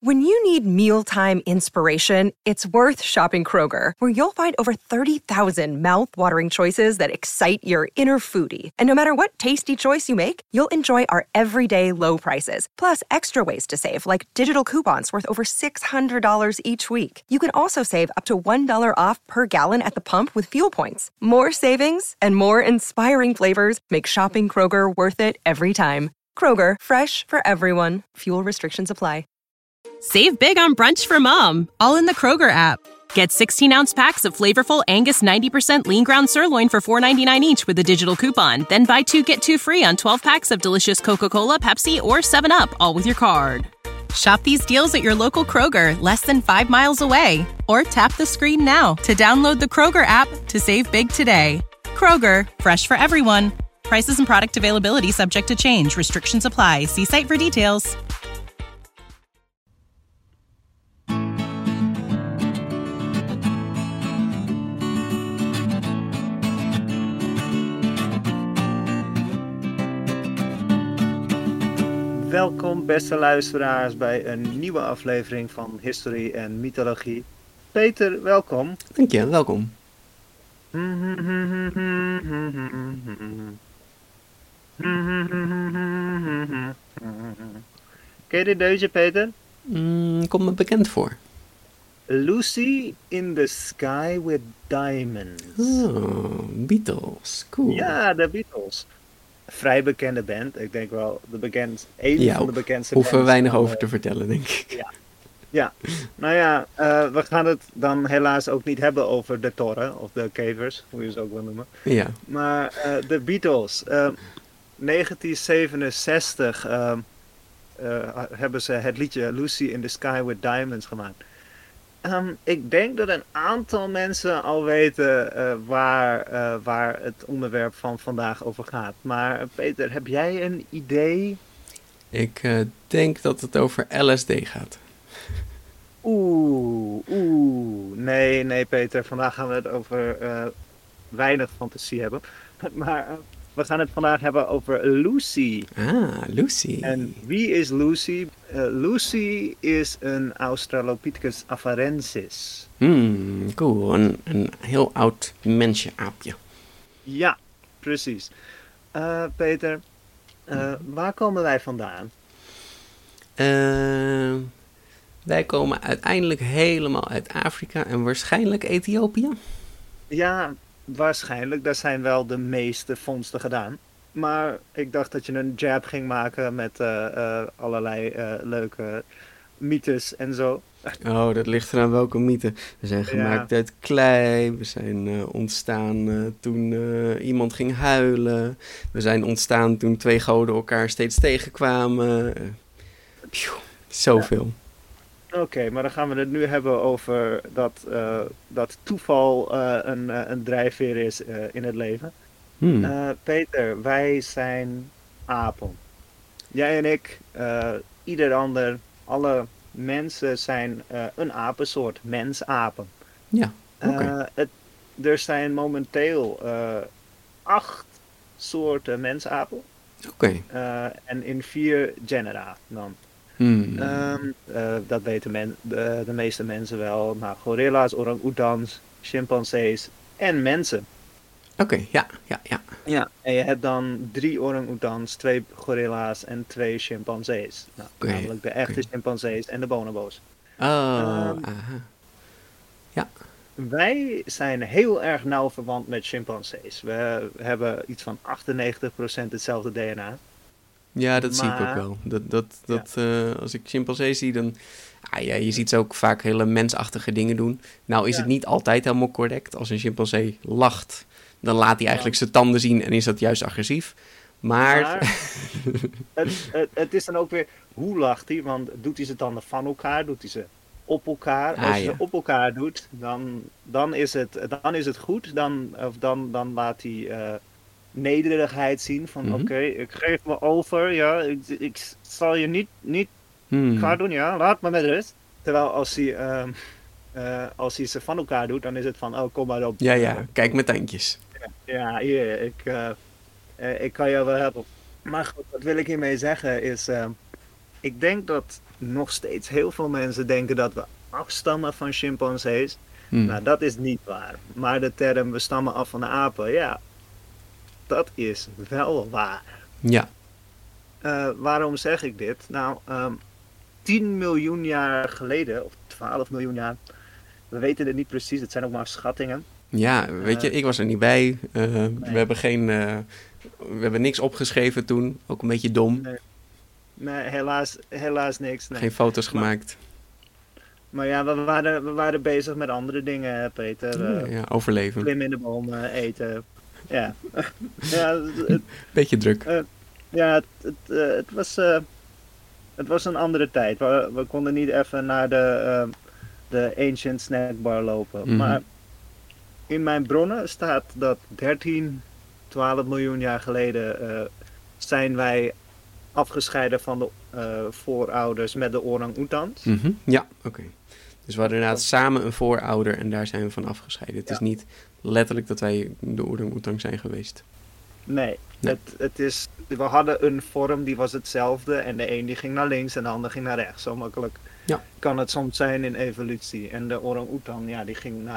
When you need mealtime inspiration, it's worth shopping Kroger, where you'll find over 30,000 mouth-watering choices that excite your inner foodie. And no matter what tasty choice you make, you'll enjoy our everyday low prices, plus extra ways to save, like digital coupons worth over $600 each week. You can also save up to $1 off per gallon at the pump with fuel points. More savings and more inspiring flavors make shopping Kroger worth it every time. Kroger, fresh for everyone. Fuel restrictions apply. Save big on brunch for mom, all in the Kroger app. Get 16-ounce packs of flavorful Angus 90% lean ground sirloin for $4.99 each with a digital coupon. Then buy 2, get 2 free on 12 packs of delicious Coca-Cola, Pepsi, or 7-Up, all with your card. Shop these deals at your local Kroger, less than 5 miles away. Or tap the screen now to download the Kroger app to save big today. Kroger, fresh for everyone. Prices and product availability subject to change. Restrictions apply. See site for details. Welkom beste luisteraars bij een nieuwe aflevering van History en Mythologie. Peter, welkom. Dank je, welkom. Ken je dit deuntje, Peter? Komt me bekend voor. Lucy in the Sky with Diamonds. Oh, Beatles, cool. Ja, de Beatles. Vrij bekende band. Ik denk wel van de bekendste hoeven we bands. weinig over te vertellen, denk ik. Ja. Nou ja, we gaan het dan helaas ook niet hebben over de Torren of de Cavers, hoe je ze ook wil noemen. Ja. Maar de Beatles. 1967 hebben ze het liedje Lucy in the Sky with Diamonds gemaakt. Ik denk dat een aantal mensen al weten waar het onderwerp van vandaag over gaat. Maar Peter, heb jij een idee? Ik denk dat het over LSD gaat. Nee Peter, vandaag gaan we het over weinig fantasie hebben. Maar we gaan het vandaag hebben over Lucy. Ah, Lucy. En wie is Lucy? Lucy is een Australopithecus afarensis. Cool, een heel oud mensje-aapje. Ja, precies. Peter, waar komen wij vandaan? Wij komen uiteindelijk helemaal uit Afrika en waarschijnlijk Ethiopië. Ja, waarschijnlijk. Daar zijn wel de meeste vondsten gedaan. Maar ik dacht dat je een jab ging maken met allerlei leuke mythes en zo. Oh, dat ligt eraan welke mythe. We zijn gemaakt uit klei. We zijn ontstaan toen iemand ging huilen. We zijn ontstaan toen 2 goden elkaar steeds tegenkwamen. Zoveel. Oké, maar dan gaan we het nu hebben over dat toeval een drijfveer is in het leven. Peter, wij zijn apen. Jij en ik, ieder ander, alle mensen zijn een apensoort, mensapen. Ja, oké. Er zijn momenteel 8 soorten mensapen. Oké. En in 4 genera dan. Dat weten de meeste mensen wel. Maar gorilla's, orang-oetans, chimpansees en mensen. Oké, ja. Ja, en je hebt dan 3 orang-oetans, 2 gorilla's en 2 chimpansees. Nou, namelijk de echte chimpansees en de bonobo's. Aha. Ja. Wij zijn heel erg nauw verwant met chimpansees. We hebben iets van 98% hetzelfde DNA. Ja, dat zie ik ook wel. Als ik chimpansees zie, dan... je ziet ze ook vaak hele mensachtige dingen doen. Nou is het niet altijd helemaal correct. Als een chimpansee lacht, dan laat hij eigenlijk zijn tanden zien en is dat juist agressief. Maar het is dan ook weer, hoe lacht hij? Want doet hij ze tanden van elkaar? Doet hij ze op elkaar? Als je ze op elkaar doet, dan is het goed. Dan laat hij nederigheid zien. Van oké, ik geef me over. Ja, ik zal je niet klaar doen. Ja, laat me met rust. Terwijl als hij ze van elkaar doet, dan is het van, oh, kom maar op. Ja, kijk met tandjes. Ja, hier, ik kan jou wel helpen. Maar goed, wat wil ik hiermee zeggen is, ik denk dat nog steeds heel veel mensen denken dat we afstammen van chimpansees. Nou, dat is niet waar. Maar de term we stammen af van de apen, ja, dat is wel waar. Ja. Waarom zeg ik dit? Nou, 10 miljoen jaar geleden, of 12 miljoen jaar, we weten het niet precies, het zijn ook maar schattingen. Ja, weet je, ik was er niet bij. Nee. We hebben niks opgeschreven toen, ook een beetje dom. Nee, helaas niks. Nee. Geen foto's gemaakt. Maar ja, we waren bezig met andere dingen, Peter. Ja, overleven. Klimmen in de boom, eten. Ja. Beetje druk. Het was een andere tijd. We konden niet even naar de Ancient Snackbar lopen. Maar in mijn bronnen staat dat 12 miljoen jaar geleden zijn wij afgescheiden van de voorouders met de orang-oetans. Ja, oké. Dus we hadden inderdaad samen een voorouder en daar zijn we van afgescheiden. Het is niet letterlijk dat wij de orang-oetang zijn geweest. Nee. We hadden een vorm die was hetzelfde en de een die ging naar links en de ander ging naar rechts. Zo makkelijk kan het soms zijn in evolutie. En de orang-oetang, ja,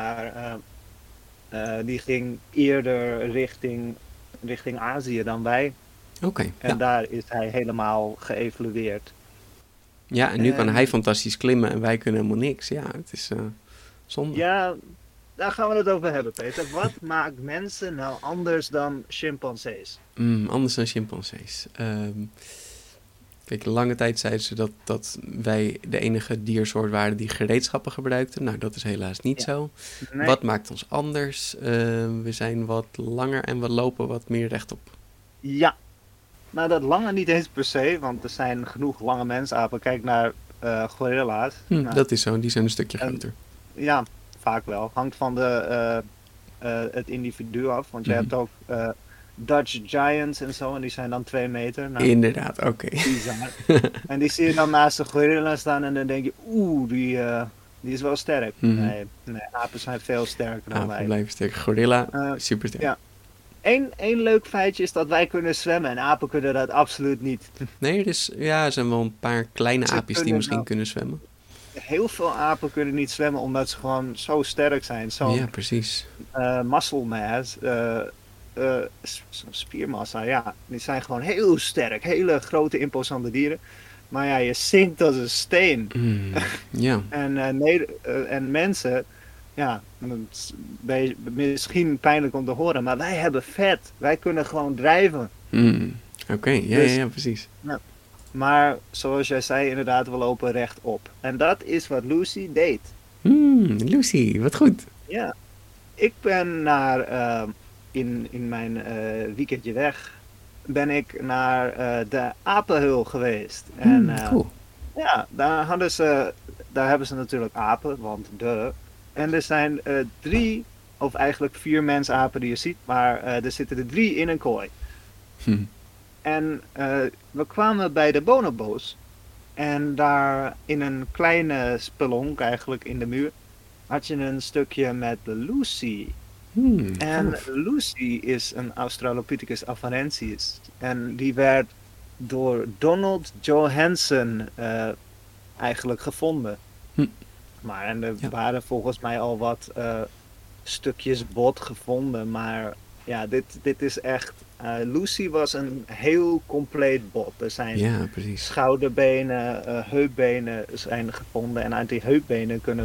die ging eerder richting Azië dan wij. Oké. En daar is hij helemaal geëvolueerd. Ja, en nu kan hij fantastisch klimmen en wij kunnen helemaal niks. Ja, het is zonde. Ja, daar gaan we het over hebben, Peter. Wat maakt mensen nou anders dan chimpansees? Anders dan chimpansees. Kijk, lange tijd zeiden ze dat wij de enige diersoort waren die gereedschappen gebruikten. Nou, dat is helaas niet zo. Nee. Wat maakt ons anders? We zijn wat langer en we lopen wat meer rechtop. Ja, nou dat lange niet eens per se, want er zijn genoeg lange mensapen. Kijk naar gorilla's. Dat is zo, die zijn een stukje groter. Ja, vaak wel. Hangt van het individu af, want je hebt ook Dutch Giants en zo, en die zijn dan 2 meter. Nou, inderdaad, oké. En die zie je dan naast de gorilla staan en dan denk je, die is wel sterk. Nee, apen zijn veel sterker dan wij. Apen blijven sterk. Gorilla, super sterk. Ja. Eén leuk feitje is dat wij kunnen zwemmen en apen kunnen dat absoluut niet. Nee, er zijn wel een paar kleine aapjes die misschien kunnen zwemmen. Heel veel apen kunnen niet zwemmen omdat ze gewoon zo sterk zijn. Ja, precies. Muscle mass, spiermassa, ja. Die zijn gewoon heel sterk. Hele grote, imposante dieren. Maar ja, je zinkt als een steen. Ja. En mensen, ja, misschien pijnlijk om te horen, maar wij hebben vet. Wij kunnen gewoon drijven. Oké, ja, precies. Ja. Maar zoals jij zei, inderdaad, we lopen rechtop. En dat is wat Lucy deed. Lucy, wat goed. Ja, ik ben in mijn weekendje weg, ben ik naar de apenhul geweest. Cool. Ja, daar hebben ze natuurlijk apen, want En er zijn 3, of eigenlijk 4 mensapen die je ziet, maar er zitten er 3 in een kooi. En we kwamen bij de bonobo's. En daar in een kleine spelonk, eigenlijk in de muur, had je een stukje met Lucy. En Lucy is een Australopithecus afarensis. En die werd door Donald Johansen eigenlijk gevonden. Maar er waren volgens mij al wat stukjes bot gevonden. Maar ja, dit is echt... Lucy was een heel compleet bot. Er zijn schouderbenen, heupbenen zijn gevonden. En uit die heupbenen kunnen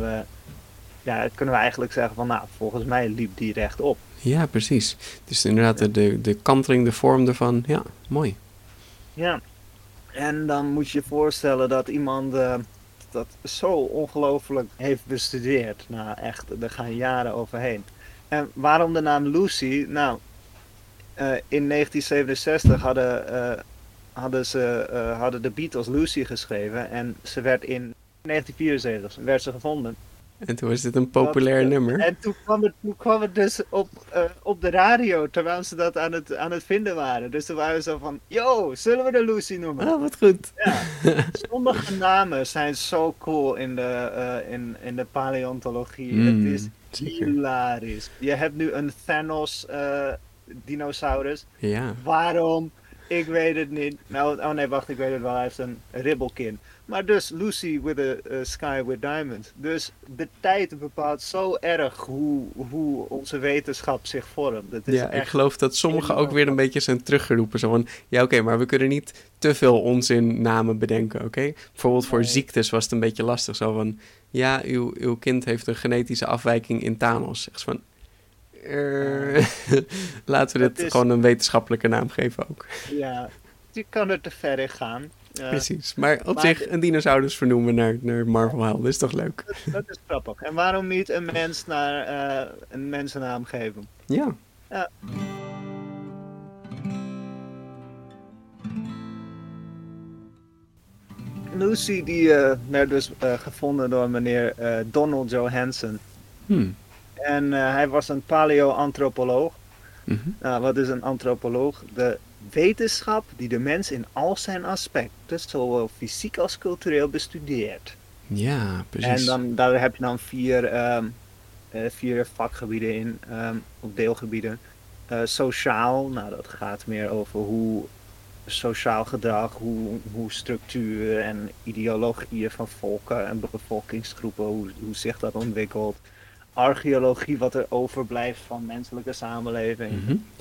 we eigenlijk zeggen van, nou, volgens mij liep die rechtop. Ja, precies. Dus inderdaad de kanteling, de vorm ervan, ja, mooi. Ja, en dan moet je je voorstellen dat iemand dat zo ongelooflijk heeft bestudeerd. Nou, echt, er gaan jaren overheen. En waarom de naam Lucy? Nou, in 1967 hadden de Beatles Lucy geschreven en ze werd in 1974 werd ze gevonden. En toen was dit een populair nummer. En toen kwam het dus op de radio, terwijl ze dat aan het vinden waren. Dus toen waren ze zo van, yo, zullen we de Lucy noemen? Oh, wat goed. Ja, sommige namen zijn zo cool in de paleontologie. Het is hilarisch. Je hebt nu een Thanos dinosaurus. Ja. Waarom Ik weet het niet. Nou, oh nee, wacht, ik weet het wel. Hij heeft een ribbelkin. Maar dus Lucy with a Sky with Diamonds. Dus de tijd bepaalt zo erg hoe onze wetenschap zich vormt. Het is echt ik geloof dat sommigen ook weer een beetje zijn teruggeroepen. Zo van, ja oké, maar we kunnen niet te veel onzin namen bedenken, oké? Bijvoorbeeld voor ziektes was het een beetje lastig. Zo van, ja, uw kind heeft een genetische afwijking in Thanos. Echt van, laten we dit gewoon een wetenschappelijke naam geven ook. Ja, je kan er te ver in gaan. Precies, maar op zich een dinosaurus vernoemen naar Marvel-helden is toch leuk? Dat is grappig. En waarom niet een mens naar een mensennaam geven? Ja. Lucy die werd dus gevonden door meneer Donald Johanson. En hij was een paleoantropoloog. Wat is een antropoloog? De wetenschap die de mens in al zijn aspecten, zowel fysiek als cultureel, bestudeert. Ja, precies. En daar heb je dan vier vakgebieden in, of deelgebieden. Sociaal, nou dat gaat meer over hoe sociaal gedrag, hoe structuren en ideologieën van volken en bevolkingsgroepen, hoe zich dat ontwikkelt. Archeologie, wat er overblijft van menselijke samenleving.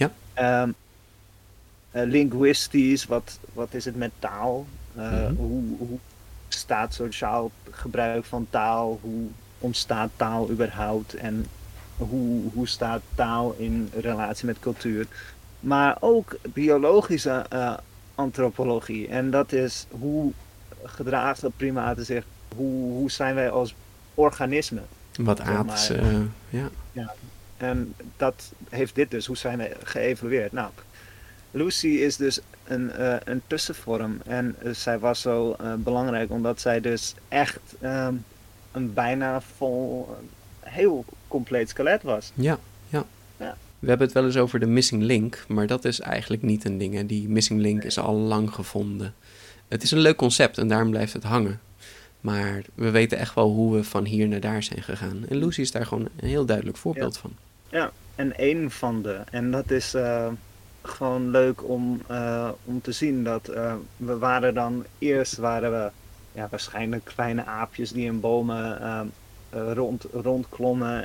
Linguïstisch, wat is het met taal? Hoe staat sociaal gebruik van taal? Hoe ontstaat taal überhaupt? En hoe staat taal in relatie met cultuur? Maar ook biologische antropologie. En dat is hoe gedragen primaten zich? Hoe zijn wij als organismen? Wat aards, ja. En dat heeft dit dus. Hoe zijn wij geëvolueerd? Nou, Lucy is dus een tussenvorm. En zij was zo belangrijk omdat zij dus echt een bijna heel compleet skelet was. Ja. We hebben het wel eens over de missing link, maar dat is eigenlijk niet een ding. Hè. Die missing link is al lang gevonden. Het is een leuk concept en daarom blijft het hangen. Maar we weten echt wel hoe we van hier naar daar zijn gegaan. En Lucy is daar gewoon een heel duidelijk voorbeeld van. Ja, en één van de. En dat is gewoon leuk om te zien dat we waarschijnlijk kleine aapjes die in bomen rondklommen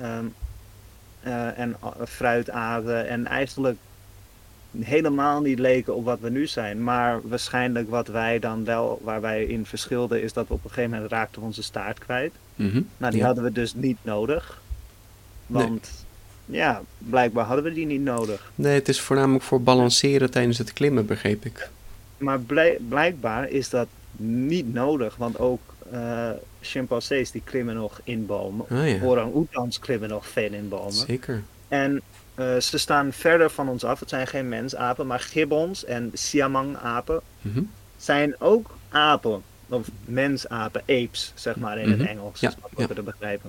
en fruit aten en eigenlijk helemaal niet leken op wat we nu zijn. Maar waarschijnlijk waar wij in verschilden is dat we op een gegeven moment raakten onze staart kwijt. Nou, die hadden we dus niet nodig. Want blijkbaar hadden we die niet nodig. Nee, het is voornamelijk voor balanceren tijdens het klimmen, begreep ik. Maar blijkbaar is dat niet nodig, want ook chimpansees die klimmen nog in bomen. Orang-oetans klimmen nog veel in bomen. Zeker. En ze staan verder van ons af. Het zijn geen mensapen, maar gibbons en siamang-apen zijn ook apen. Of mensapen, apes, zeg maar in het Engels. Dat is makkelijker te begrijpen.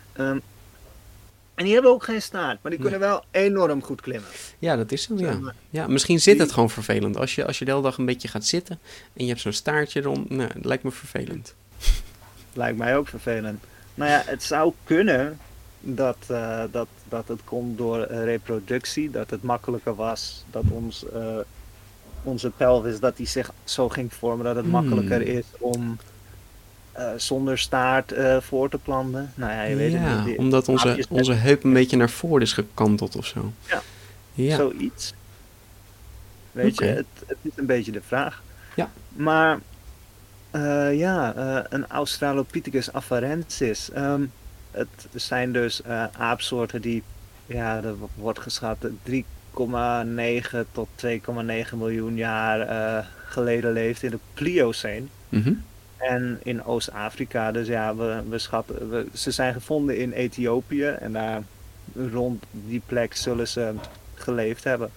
En die hebben ook geen staart, maar die kunnen wel enorm goed klimmen. Ja, dat is zo, ja. Ja, misschien zit het gewoon vervelend. Als je de hele dag een beetje gaat zitten en je hebt zo'n staartje rond, nou, dat lijkt me vervelend. Lijkt mij ook vervelend. Nou ja, het zou kunnen dat het komt door reproductie, dat het makkelijker was, dat onze pelvis, dat die zich zo ging vormen, dat het makkelijker is om zonder staart voor te planten. Nou ja, je weet het niet. Omdat onze heup een beetje naar voren is gekanteld of zo. Ja. Zoiets. Weet je, het is een beetje de vraag. Ja. Maar een Australopithecus afarensis. Het zijn dus aapsoorten die, er wordt geschat 3,9 tot 2,9 miljoen jaar geleden leefden in de Plioceen. En in Oost-Afrika, dus we schatten, ze zijn gevonden in Ethiopië en daar rond die plek zullen ze geleefd hebben.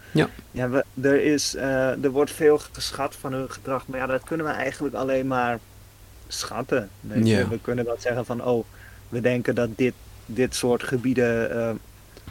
Er wordt veel geschat van hun gedrag, maar dat kunnen we eigenlijk alleen maar schatten. We kunnen wel zeggen van, we denken dat dit soort gebieden,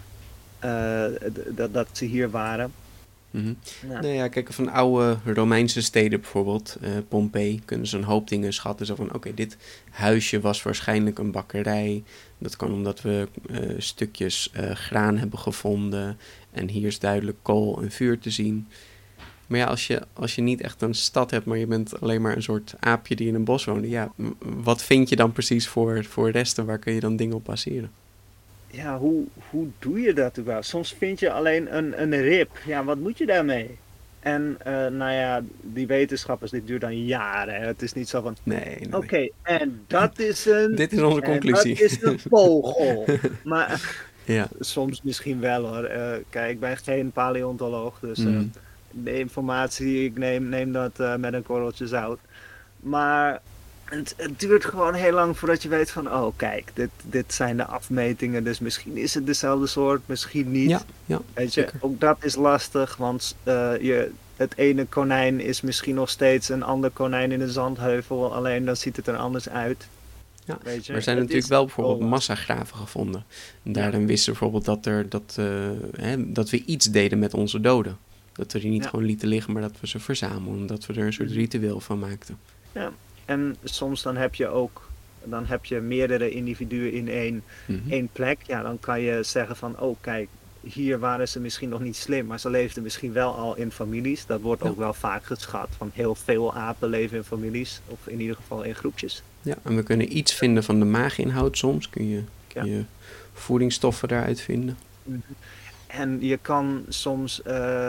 dat ze hier waren. Nou ja, kijk, van oude Romeinse steden bijvoorbeeld, Pompeii, kunnen ze een hoop dingen schatten. Zo van, oké, dit huisje was waarschijnlijk een bakkerij. Dat kan omdat we stukjes graan hebben gevonden. En hier is duidelijk kool en vuur te zien. Maar ja, als je niet echt een stad hebt, maar je bent alleen maar een soort aapje die in een bos woont. Ja, wat vind je dan precies voor resten? Waar kun je dan dingen op baseren? Ja, hoe doe je dat überhaupt? Soms vind je alleen een rib. Ja, wat moet je daarmee? En nou ja, die wetenschappers, dit duurt dan jaren. Hè. Het is niet zo van, Nee. oké, en dat is Dit is onze conclusie. dat is een vogel. Maar Ja. soms misschien wel hoor. Kijk, ik ben geen paleontoloog, dus de informatie die ik neem dat met een korreltje zout. Maar het duurt gewoon heel lang voordat je weet van, oh kijk, dit zijn de afmetingen, dus misschien is het dezelfde soort, misschien niet. Ja, weet je, ook dat is lastig, want het ene konijn is misschien nog steeds een ander konijn in een zandheuvel, alleen dan ziet het er anders uit. Ja, weet je? Maar er zijn natuurlijk wel bijvoorbeeld massagraven gevonden. En daarin wisten we bijvoorbeeld dat we iets deden met onze doden. Dat we die niet gewoon lieten liggen, maar dat we ze verzamelden. Dat we er een soort ritueel van maakten. Ja, en soms dan heb je meerdere individuen in één plek. Ja, dan kan je zeggen van, oh kijk, hier waren ze misschien nog niet slim, maar ze leefden misschien wel al in families. Dat wordt ook wel vaak geschat, van heel veel apen leven in families, of in ieder geval in groepjes. Ja, en we kunnen iets vinden van de maaginhoud soms. Kun je voedingsstoffen daaruit vinden. En je kan soms,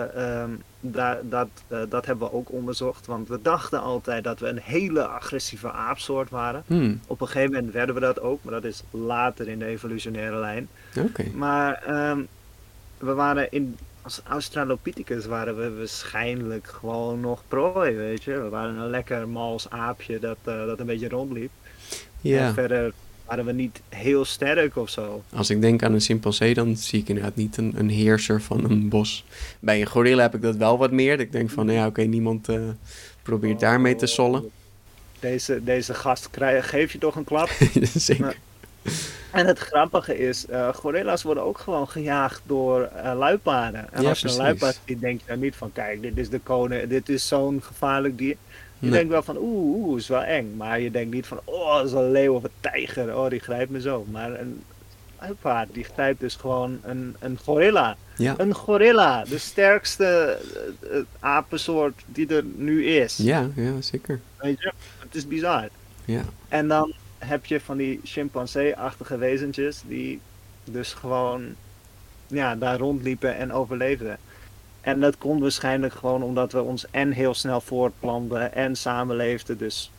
dat hebben we ook onderzocht, want we dachten altijd dat we een hele agressieve aapsoort waren. Op een gegeven moment werden we dat ook, maar dat is later in de evolutionaire lijn. Okay. Maar we waren als Australopithecus waren we waarschijnlijk gewoon nog prooi, weet je. We waren een lekker mals aapje dat een beetje rondliep. Ja. En verder waren we niet heel sterk of zo. Als ik denk aan een chimpansee, dan zie ik inderdaad niet een heerser van een bos. Bij een gorilla heb ik dat wel wat meer. Ik denk van, oké, niemand probeert daarmee te sollen. Deze gast geef je toch een klap? Zeker. En het grappige is, gorilla's worden ook gewoon gejaagd door luipaarden. En als je een luipaard ziet, denk je dan niet van, kijk, dit is de koning, dit is zo'n gevaarlijk dier. Je denkt wel van, is wel eng. Maar je denkt niet van, dat is een leeuw of een tijger. Die grijpt me zo. Maar een luipaard, die grijpt dus gewoon een gorilla. Ja. Een gorilla, de sterkste apensoort die er nu is. Ja, zeker. Weet je, het is bizar. Ja. En dan heb je van die chimpansee-achtige wezentjes die dus gewoon daar rondliepen en overleefden. En dat kon waarschijnlijk gewoon omdat we ons en heel snel voortplanten en samenleefden. Dus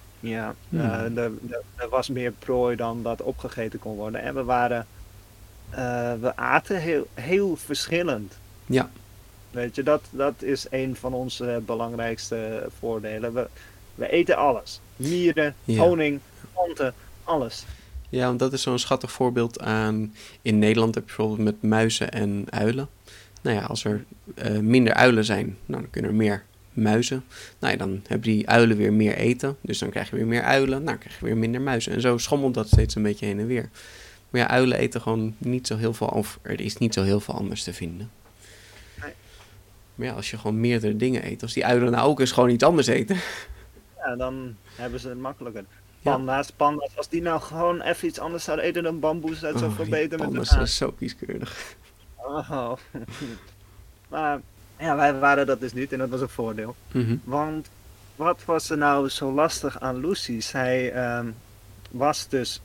er was meer prooi dan dat opgegeten kon worden. En we aten heel, heel verschillend. Ja. Weet je, dat is een van onze belangrijkste voordelen. We eten alles. Mieren, honing, planten, alles. Ja, want dat is zo'n schattig voorbeeld aan... In Nederland heb je bijvoorbeeld met muizen en uilen. Nou ja, als er minder uilen zijn, dan kunnen er meer muizen. Nou ja, dan hebben die uilen weer meer eten. Dus dan krijg je weer meer uilen. Nou, dan krijg je weer minder muizen. En zo schommelt dat steeds een beetje heen en weer. Maar ja, uilen eten gewoon niet zo heel veel... Of er is niet zo heel veel anders te vinden. Nee. Maar ja, als je gewoon meerdere dingen eet... Als die uilen nou ook eens gewoon iets anders eten... Ja, dan hebben ze het makkelijker. Panda's, als die nou gewoon even iets anders zouden eten dan bamboes, dat zou veel beter met panda's zijn zo kieskeurig. Oh. Maar ja, wij waren dat dus niet en dat was een voordeel. Want wat was er nou zo lastig aan Lucy? Zij was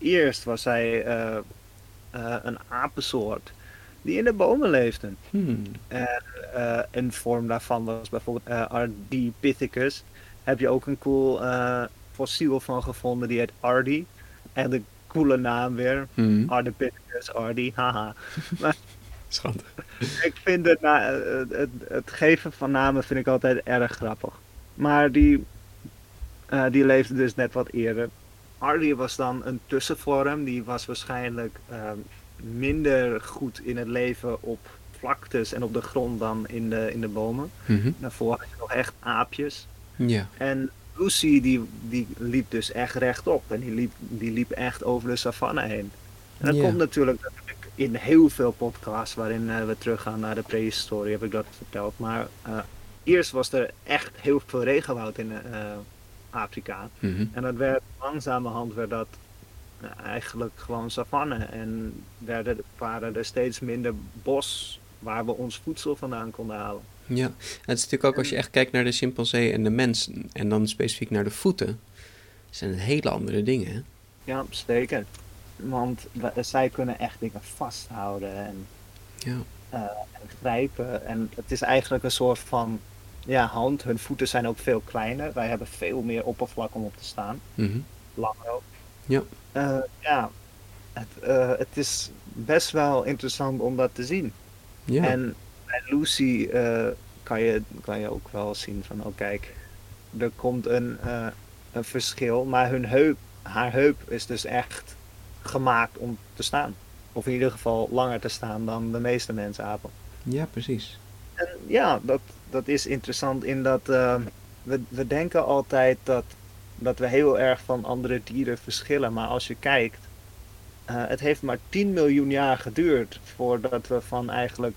een apensoort die in de bomen leefde. En een vorm daarvan was bijvoorbeeld Ardipithecus. Heb je ook een cool fossiel van gevonden, die heet Ardi. En de coole naam weer, Ardipithecus, Ardi, haha. Maar schattig. ik vind het geven van namen vind ik altijd erg grappig. Maar die leefde dus net wat eerder. Ardi was dan een tussenvorm, die was waarschijnlijk minder goed in het leven op vlaktes en op de grond dan in de bomen. Daarvoor had je nog echt aapjes. Ja. En Lucy die liep dus echt rechtop en die liep echt over de savanne heen. En dat komt natuurlijk in heel veel podcasts waarin we teruggaan naar de prehistorie, heb ik dat verteld. Maar eerst was er echt heel veel regenwoud in Afrika. En dat langzamerhand werd dat eigenlijk gewoon savanne. En waren er steeds minder bos waar we ons voedsel vandaan konden halen. Ja, het is natuurlijk ook als je echt kijkt naar de chimpansee en de mens en dan specifiek naar de voeten, zijn het hele andere dingen, hè? Ja, zeker. Want zij kunnen echt dingen vasthouden en, Ja. en grijpen. En het is eigenlijk een soort van hand. Hun voeten zijn ook veel kleiner. Wij hebben veel meer oppervlak om op te staan. Mhm. Langer ook. Ja. Ja, het is best wel interessant om dat te zien. Ja. En bij Lucy kan je ook wel zien van, oh kijk, er komt een verschil. Maar haar heup is dus echt gemaakt om te staan. Of in ieder geval langer te staan dan de meeste mensapen. Ja, precies. En ja, dat is interessant in dat we denken altijd dat we heel erg van andere dieren verschillen. Maar als je kijkt, het heeft maar 10 miljoen jaar geduurd voordat we van eigenlijk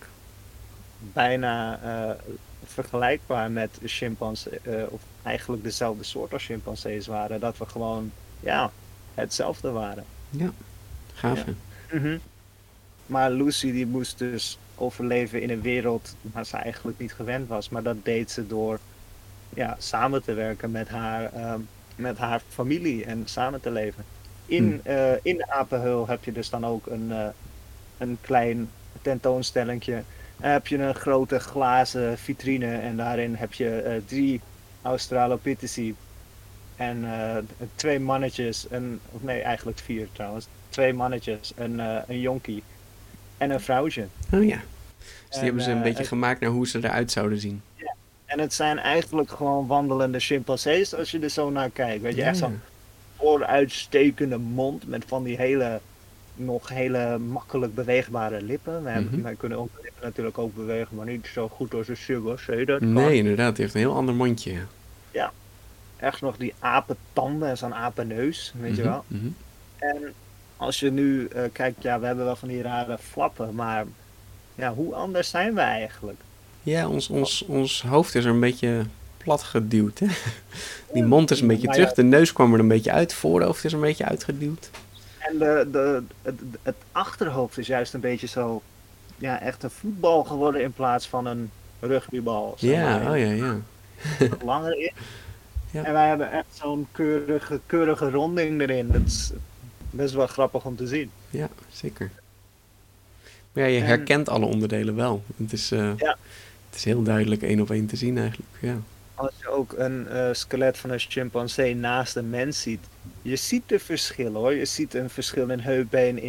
bijna vergelijkbaar met chimpansee, of eigenlijk dezelfde soort als chimpansees waren. Dat we gewoon, hetzelfde waren. Ja, gaaf. Ja. Mhm. Maar Lucy die moest dus overleven in een wereld waar ze eigenlijk niet gewend was. Maar dat deed ze door samen te werken met haar familie en samen te leven. In de apenhul heb je dus dan ook een klein tentoonstellingje. Heb je een grote glazen vitrine en daarin heb je 3 Australopitheci en 2 mannetjes, of nee, eigenlijk 4 trouwens. 2 mannetjes, een jonkie en een vrouwtje. Oh ja, dus die hebben ze een beetje gemaakt naar hoe ze eruit zouden zien. Ja. En het zijn eigenlijk gewoon wandelende chimpansees als je er zo naar kijkt. Weet je, echt zo'n vooruitstekende mond met van die nog hele makkelijk beweegbare lippen. Wij kunnen ook de lippen natuurlijk ook bewegen, maar niet zo goed als de Sugars. Zie je dat? Nee, inderdaad. Die heeft een heel ander mondje. Ja. Echt nog die apentanden en zo'n apenneus, weet je wel. Mm-hmm. En als je nu kijkt, we hebben wel van die rare flappen, maar hoe anders zijn we eigenlijk? Ja, ons hoofd is er een beetje plat geduwd, hè? Die mond is een beetje terug, de neus kwam er een beetje uit, het voorhoofd is een beetje uitgeduwd. En het achterhoofd is juist een beetje zo, echt een voetbal geworden in plaats van een rugbybal. Ja, ja. Wat langer is. Ja. En wij hebben echt zo'n keurige ronding erin. Dat is best wel grappig om te zien. Ja, zeker. Maar ja, je herkent alle onderdelen wel. Het is heel duidelijk 1 op 1 te zien eigenlijk, ja. Als je ook een skelet van een chimpansee naast een mens ziet, je ziet de verschillen hoor. Je ziet een verschil in heupbeen,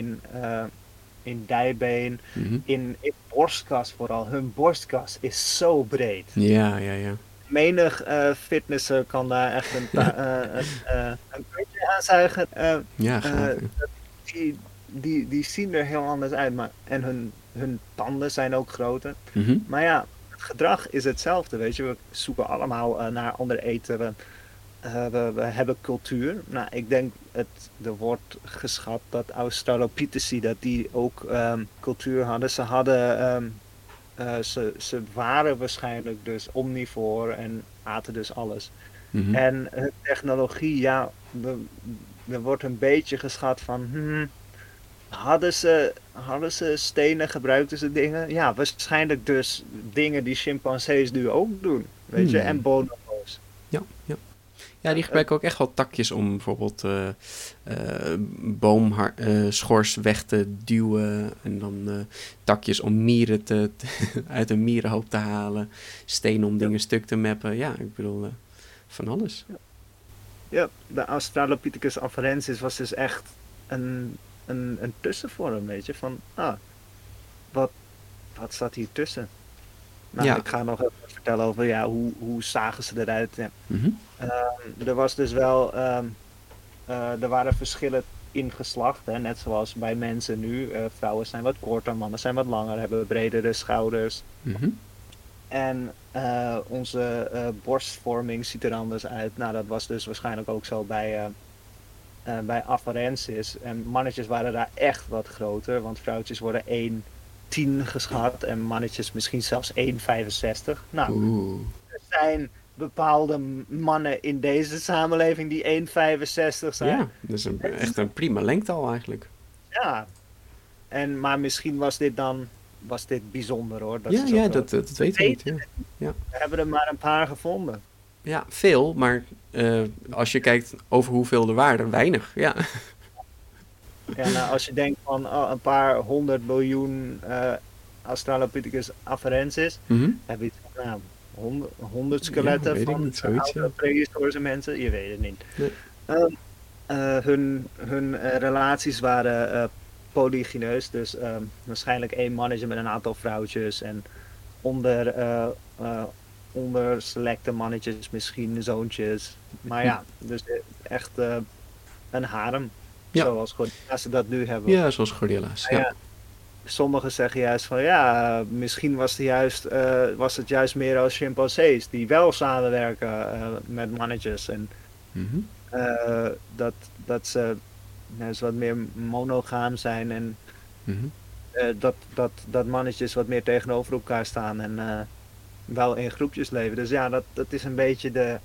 in dijbeen, in borstkas vooral. Hun borstkas is zo breed. Ja. Menig fitnesser kan daar echt een puntje aan zuigen. Ja, gaaf. Die zien er heel anders uit. En hun tanden zijn ook groter. Mm-hmm. Maar ja, het gedrag is hetzelfde, weet je. We zoeken allemaal naar ander eten. We hebben cultuur. Nou, ik denk, er wordt geschat dat Australopitheci, dat die ook cultuur hadden. Ze hadden... Ze waren waarschijnlijk dus omnivoor en aten dus alles. Mm-hmm. En technologie, er wordt een beetje geschat van... Hadden ze stenen, gebruikten ze dingen? Ja, waarschijnlijk dus dingen die chimpansees nu ook doen. Weet je, en bonobo's. Ja, die gebruiken ook echt wel takjes om bijvoorbeeld boomschors weg te duwen. En dan takjes om mieren uit een mierenhoop te halen. Stenen om dingen stuk te mappen. Ja, ik bedoel, van alles. Ja, de Australopithecus afarensis was dus echt een tussenvorm, weet je. Van, wat zat hier tussen? Nou, ik ga nog even vertellen over hoe zagen ze eruit. Ja. Mm-hmm. Er was dus wel, er waren verschillen in geslacht, hè, net zoals bij mensen nu. Vrouwen zijn wat korter, mannen zijn wat langer, hebben bredere schouders. Mm-hmm. En onze borstvorming ziet er anders uit. Nou, dat was dus waarschijnlijk ook zo bij afarensis. En mannetjes waren daar echt wat groter, want vrouwtjes worden 1,10 geschat en mannetjes misschien zelfs 1,65. Nou, er zijn bepaalde mannen in deze samenleving die 1,65 zijn. Ja, dat is echt een prima lengte al eigenlijk. Ja, maar misschien was dit dan was dit bijzonder hoor. Dat weten we niet. Ja. We hebben er maar een paar gevonden. Ja, veel, maar als je kijkt over hoeveel er waren, weinig. Ja. Ja, nou, als je denkt van een paar 100 miljoen Australopithecus afarensis, heb je iets van 100 skeletten van oude prehistorische mensen. Je weet het niet. Nee. Hun relaties waren polygyneus, dus waarschijnlijk 1 mannetje met een aantal vrouwtjes en onder selecte mannetjes misschien zoontjes. Maar ja, dus echt een harem. Ja. Zoals gorilla's ze dat nu hebben. Ja, zoals gorilla's. Ja. Sommigen zeggen juist van misschien was het juist meer als chimpansees die wel samenwerken met mannetjes. En dat ze wat meer monogaam zijn en dat mannetjes wat meer tegenover elkaar staan en wel in groepjes leven. Dus ja, dat is een beetje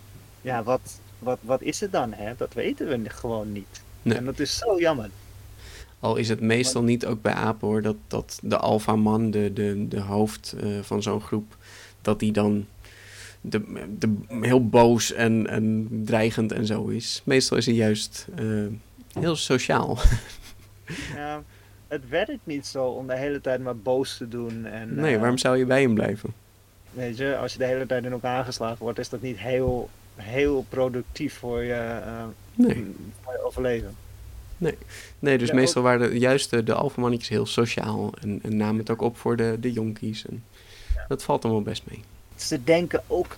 wat is het dan? Hè? Dat weten we gewoon niet. Nee. En dat is zo jammer. Al is het meestal niet ook bij apen hoor, dat de alfaman, de hoofd van zo'n groep, dat die dan heel boos en dreigend en zo is. Meestal is hij juist heel sociaal. Ja, het werkt niet zo om de hele tijd maar boos te doen. En, nee, waarom zou je bij hem blijven? Weet je, als je de hele tijd in elkaar aangeslagen wordt, is dat niet heel productief voor je overleven. Nee, dus meestal waren juist de alfamannetjes heel sociaal en namen het ook op voor de jonkies. En dat valt hem wel best mee. Ze denken ook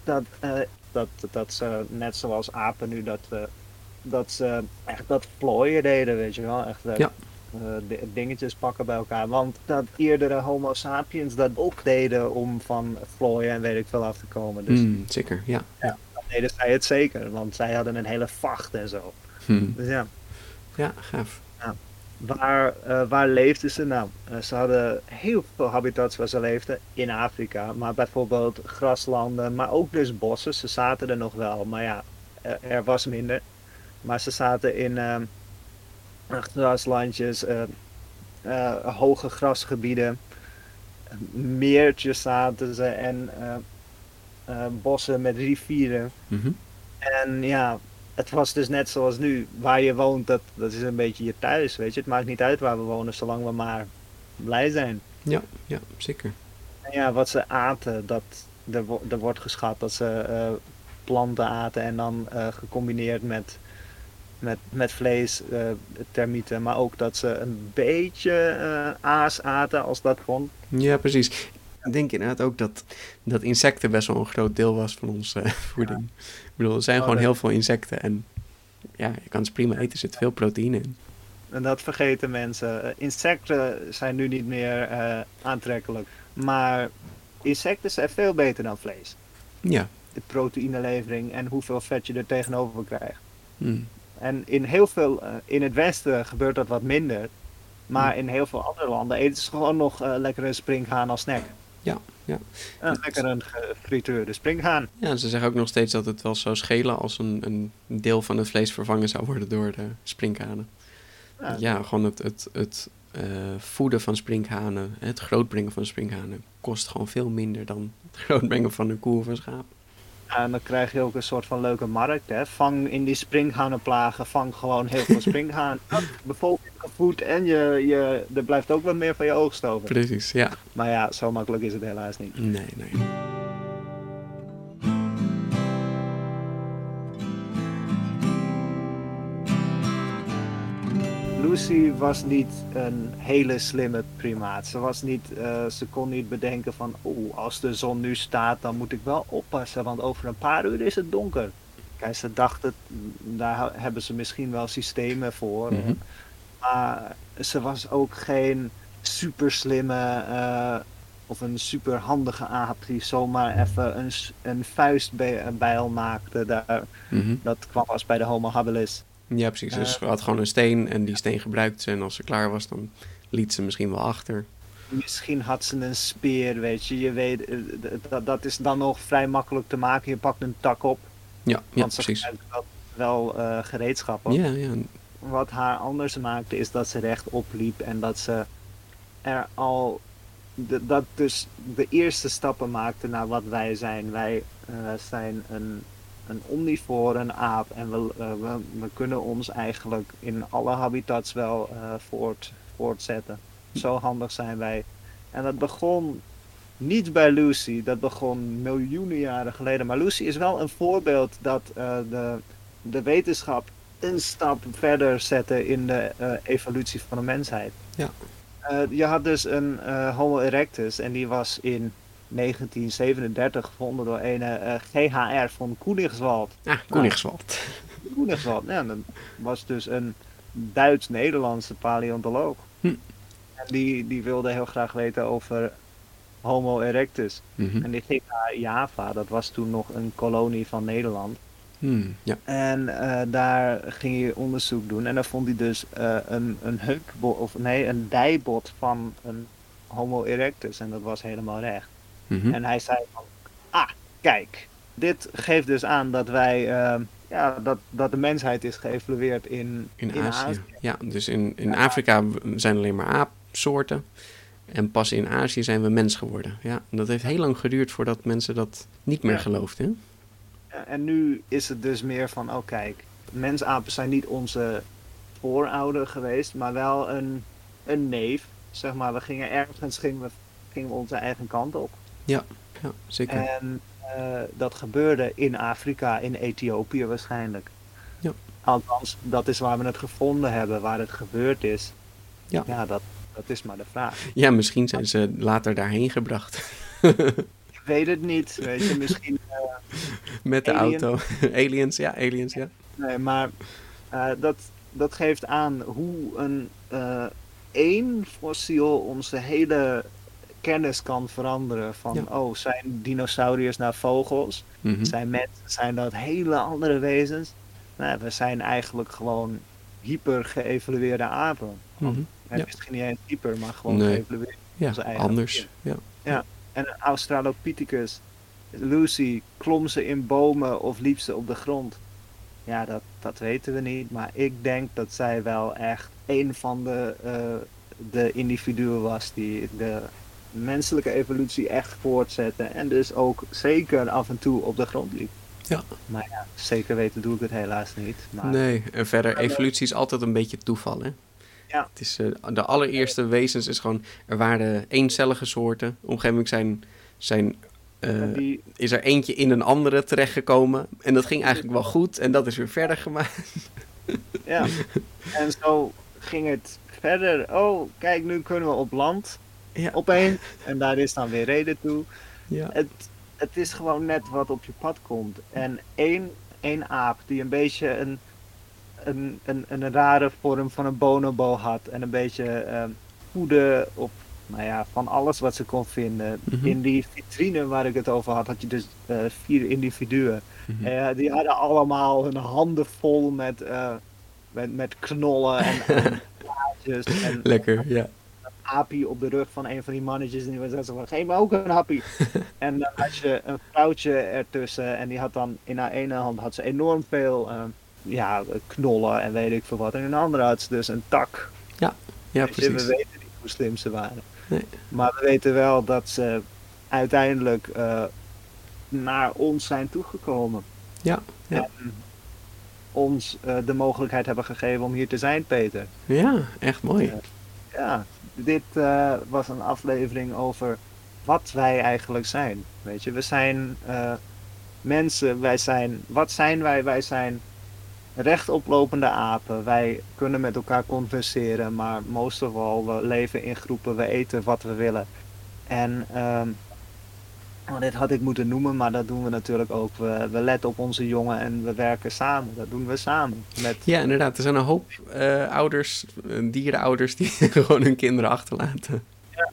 dat ze, net zoals apen nu, dat ze echt dat vlooien deden, weet je wel. Echt dingetjes pakken bij elkaar. Want dat eerdere homo sapiens dat ook deden om van vlooien en weet ik veel af te komen. Dus, zeker, ja. Dan deden zij het zeker, want zij hadden een hele vacht en zo. Dus ja. Ja, gaaf. Ja. Waar leefden ze? Nou, ze hadden heel veel habitats waar ze leefden in Afrika. Maar bijvoorbeeld graslanden, maar ook dus bossen. Ze zaten er nog wel, maar ja, er was minder. Maar ze zaten in graslandjes, hoge grasgebieden, meertjes zaten ze en bossen met rivieren. En ja, het was dus net zoals nu, waar je woont, dat is een beetje je thuis, weet je. Het maakt niet uit waar we wonen, zolang we maar blij zijn. Ja, zeker. En ja, wat ze aten, er wordt geschat dat ze planten aten en dan gecombineerd met vlees, termieten, maar ook dat ze een beetje aas aten als dat kon. Ja, precies. Ik denk inderdaad ook dat insecten best wel een groot deel was van onze voeding. Ja. Ik bedoel, er zijn gewoon heel veel insecten en ja, je kan ze prima eten, er zit veel proteïne in. En dat vergeten mensen. Insecten zijn nu niet meer aantrekkelijk, maar insecten zijn veel beter dan vlees. Ja. De proteïnelevering en hoeveel vet je er tegenover krijgt. Hmm. En in het westen gebeurt dat wat minder. Maar in heel veel andere landen eten ze gewoon nog lekker een springhaan als snack. Ja. Lekker een gefrituurde springhaan. Ja, ze zeggen ook nog steeds dat het wel zou schelen als een deel van het vlees vervangen zou worden door de sprinkhanen. Ja, gewoon het voeden van sprinkhanen, het grootbrengen van sprinkhanen, kost gewoon veel minder dan het grootbrengen van een koe of een schaap. En dan krijg je ook een soort van leuke markt. Hè? Vang in die springhanenplagen, vang gewoon heel veel springhaan. Bevolking gevoed en er blijft ook wat meer van je oogst over. Precies, ja. Maar ja, zo makkelijk is het helaas niet. Nee. Lucy was niet een hele slimme primaat. Ze kon niet bedenken van, als de zon nu staat, dan moet ik wel oppassen, want over een paar uur is het donker. Kijk, ze dachten, daar hebben ze misschien wel systemen voor. Maar ze was ook geen super slimme of een super handige aap die zomaar even een vuistbijl maakte. Dat kwam pas bij de Homo habilis. Ja, precies. Dus ze had gewoon een steen en die steen gebruikte ze. En als ze klaar was, dan liet ze misschien wel achter. Misschien had ze een speer, weet je. Je weet, dat is dan nog vrij makkelijk te maken. Je pakt een tak op. Ja, want precies. Ze gebruikt wel gereedschappen. Ja. Wat haar anders maakte is dat ze rechtop liep en dat ze er al dat dus de eerste stappen maakte naar wat wij zijn. Wij zijn een omnivoor, een aap. En we kunnen ons eigenlijk in alle habitats wel voortzetten. Zo handig zijn wij. En dat begon niet bij Lucy, dat begon miljoenen jaren geleden. Maar Lucy is wel een voorbeeld dat de wetenschap een stap verder zette in de evolutie van de mensheid. Ja. Je had dus een Homo erectus en die was in 1937 gevonden door een GHR van Koenigswald. Koenigswald. Koenigswald, ja, dat was dus een Duits-Nederlandse paleontoloog. En die wilde heel graag weten over Homo erectus. En die ging naar Java, dat was toen nog een kolonie van Nederland. Ja. En daar ging hij onderzoek doen. En dan vond hij dus een dijbot van een Homo erectus. En dat was helemaal recht. En hij zei van, kijk, dit geeft dus aan dat wij, dat de mensheid is geëvolueerd in Azië. Ja, dus in Afrika zijn alleen maar aapsoorten. En pas in Azië zijn we mens geworden. Ja, dat heeft heel lang geduurd voordat mensen dat niet meer geloofden. En nu is het dus meer van, kijk, mensapen zijn niet onze voorouder geweest, maar wel een neef. Zeg maar, we gingen ergens, gingen we onze eigen kant op. Ja, zeker. En dat gebeurde in Afrika, in Ethiopië waarschijnlijk. Ja. Althans, dat is waar we het gevonden hebben, waar het gebeurd is. Ja, dat is maar de vraag. Ja, misschien zijn ze later daarheen gebracht. Ik weet het niet, weet je, misschien... Met de auto. Aliens, ja. Nee, maar dat geeft aan hoe één fossiel onze hele kennis kan veranderen. Van, zijn dinosauriërs nou vogels? Zijn mensen, zijn dat hele andere wezens? Nou, we zijn eigenlijk gewoon hyper geëvolueerde apen. Misschien niet eens hyper, maar gewoon geëvolueerd. Onze eigen anders. Ja. En een Australopithecus, Lucy, klom ze in bomen of liep ze op de grond? Ja, dat weten we niet. Maar ik denk dat zij wel echt een van de individuen was die de menselijke evolutie echt voortzette. En dus ook zeker af en toe op de grond liep. Ja. Maar ja, zeker weten doe ik het helaas niet. Maar... Nee, en verder, evolutie is altijd een beetje toeval, hè? Ja. Het is, de allereerste wezens is gewoon, er waren eencellige soorten. Op een gegeven moment is er eentje in een andere terechtgekomen. En dat ging eigenlijk wel goed. En dat is weer verder gemaakt. Ja, en zo ging het verder. Oh, kijk, nu kunnen we op land. Opeens. En daar is dan weer reden toe. Ja. Het is gewoon net wat op je pad komt. En één aap die een beetje een rare vorm van een bonobo had. En een beetje poeder op, van alles wat ze kon vinden. In die vitrine waar ik het over had je dus 4 individuen. Die hadden allemaal hun handen vol met knollen en plaatjes. En lekker, ja. Een aapje op de rug van een van die mannetjes. En die was zo van, geef me ook een happie. En dan had je een vrouwtje ertussen. En die had dan in haar ene hand had ze enorm veel knollen en weet ik veel wat. En in de andere had ze dus een tak. Ja, precies. We weten niet hoe slim ze waren. Nee. Maar we weten wel dat ze uiteindelijk naar ons zijn toegekomen. Ja. En ons de mogelijkheid hebben gegeven om hier te zijn, Peter. Ja, echt mooi. Dit was een aflevering over wat wij eigenlijk zijn. Weet je, we zijn mensen, wat zijn wij? Wij zijn rechtoplopende apen. Wij kunnen met elkaar converseren, maar most of all, we leven in groepen, we eten wat we willen. En dit had ik moeten noemen, maar dat doen we natuurlijk ook. We letten op onze jongen en we werken samen. Dat doen we samen. Ja, inderdaad. Er zijn een hoop ouders, dierenouders, die gewoon hun kinderen achterlaten.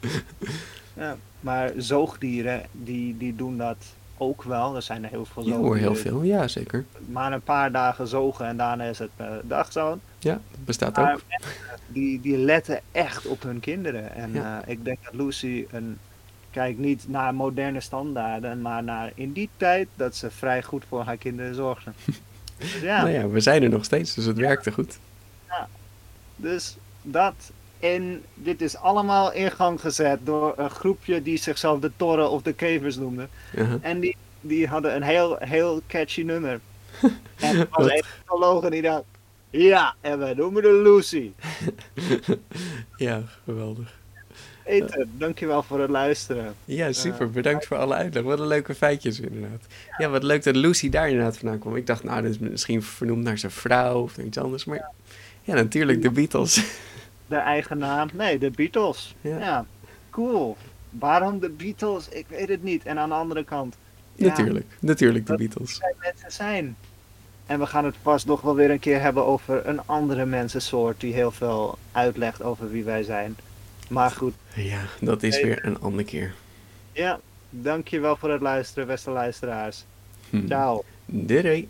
Ja, maar zoogdieren, die doen dat ook wel. Er zijn er heel veel zoogdieren. Ja, hoor, heel veel. Ja, zeker. Maar een paar dagen zogen en daarna is het dagzoon. Ja, dat bestaat ook. Die letten echt op hun kinderen. En ik denk dat Lucy kijkt niet naar moderne standaarden, maar in die tijd dat ze vrij goed voor haar kinderen zorgde. Dus Nou ja, we zijn er nog steeds, dus het werkte goed. Ja, dus dat En dit is allemaal in gang gezet door een groepje die zichzelf de Torren of de Kevers noemde. En die hadden een heel catchy nummer. En er was een psycholoog die dacht, ja, en wij noemen de Lucy. Ja, geweldig. Ethan, dankjewel voor het luisteren. Ja, super. Bedankt voor alle uitleg. Wat een leuke feitjes inderdaad. Ja, wat leuk dat Lucy daar inderdaad vandaan kwam. Ik dacht, nou, dat is misschien vernoemd naar zijn vrouw of iets anders. Maar ja, natuurlijk de Beatles. De eigen naam? Nee, de Beatles. Ja, cool. Waarom de Beatles? Ik weet het niet. En aan de andere kant... Natuurlijk de Beatles. Zijn mensen zijn. En we gaan het vast nog wel weer een keer hebben over een andere mensensoort die heel veel uitlegt over wie wij zijn. Maar goed. Ja, dat is weer een andere keer. Ja, dankjewel voor het luisteren, beste luisteraars. Ciao. Doei.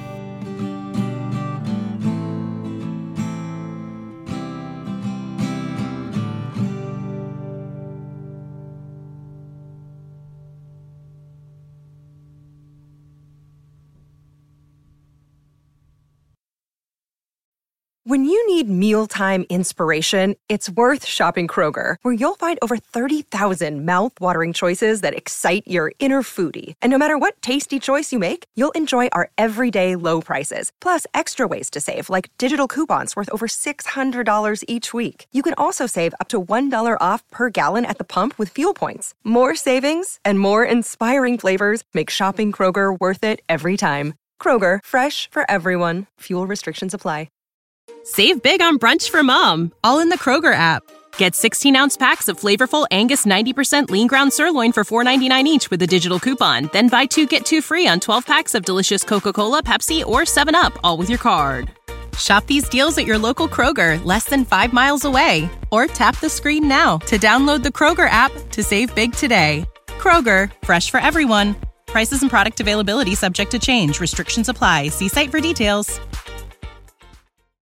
When you need mealtime inspiration, it's worth shopping Kroger, where you'll find over 30,000 mouth-watering choices that excite your inner foodie. And no matter what tasty choice you make, you'll enjoy our everyday low prices, plus extra ways to save, like digital coupons worth over $600 each week. You can also save up to $1 off per gallon at the pump with fuel points. More savings and more inspiring flavors make shopping Kroger worth it every time. Kroger, fresh for everyone. Fuel restrictions apply. Save big on brunch for mom, all in the Kroger app. Get 16-ounce packs of flavorful Angus 90% lean ground sirloin for $4.99 each with a digital coupon. Then buy 2, get 2 free on 12 packs of delicious Coca-Cola, Pepsi, or 7-Up, all with your card. Shop these deals at your local Kroger, less than 5 miles away. Or tap the screen now to download the Kroger app to save big today. Kroger, fresh for everyone. Prices and product availability subject to change. Restrictions apply. See site for details.